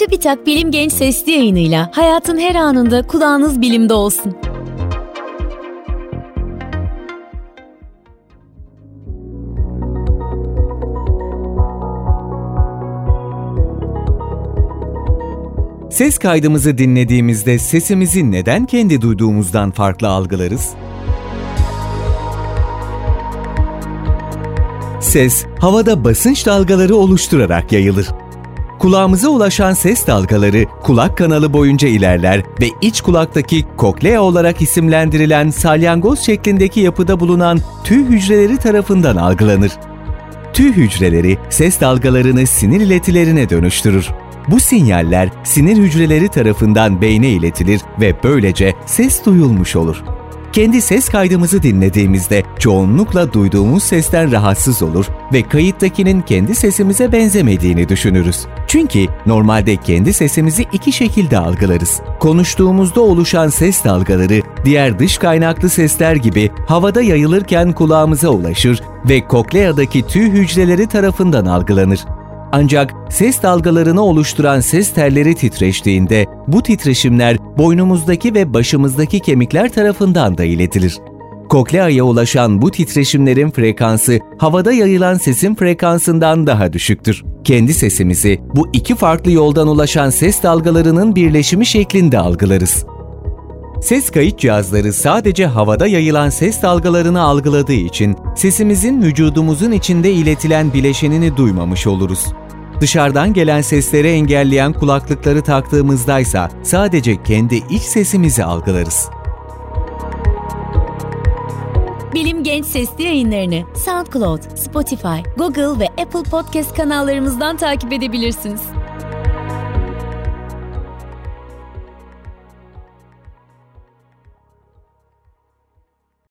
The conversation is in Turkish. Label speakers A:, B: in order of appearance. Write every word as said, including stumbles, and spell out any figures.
A: TÜBİTAK Bilim Genç Sesli yayınıyla hayatın her anında kulağınız bilimde olsun.
B: Ses kaydımızı dinlediğimizde sesimizi neden kendi duyduğumuzdan farklı algılarız? Ses, havada basınç dalgaları oluşturarak yayılır. Kulağımıza ulaşan ses dalgaları kulak kanalı boyunca ilerler ve iç kulaktaki koklea olarak isimlendirilen salyangoz şeklindeki yapıda bulunan tüy hücreleri tarafından algılanır. Tüy hücreleri ses dalgalarını sinir iletilerine dönüştürür. Bu sinyaller sinir hücreleri tarafından beyne iletilir ve böylece ses duyulmuş olur. Kendi ses kaydımızı dinlediğimizde çoğunlukla duyduğumuz sesten rahatsız olur ve kayıttakinin kendi sesimize benzemediğini düşünürüz. Çünkü normalde kendi sesimizi iki şekilde algılarız. Konuştuğumuzda oluşan ses dalgaları diğer dış kaynaklı sesler gibi havada yayılırken kulağımıza ulaşır ve kokleadaki tüy hücreleri tarafından algılanır. Ancak ses dalgalarını oluşturan ses telleri titreştiğinde bu titreşimler boynumuzdaki ve başımızdaki kemikler tarafından da iletilir. Kokleaya ulaşan bu titreşimlerin frekansı havada yayılan sesin frekansından daha düşüktür. Kendi sesimizi bu iki farklı yoldan ulaşan ses dalgalarının birleşimi şeklinde algılarız. Ses kayıt cihazları sadece havada yayılan ses dalgalarını algıladığı için sesimizin vücudumuzun içinde iletilen bileşenini duymamış oluruz. Dışarıdan gelen sesleri engelleyen kulaklıkları taktığımızdaysa sadece kendi iç sesimizi algılarız.
A: Bilim Genç Sesli yayınlarını SoundCloud, Spotify, Google ve Apple Podcast kanallarımızdan takip edebilirsiniz.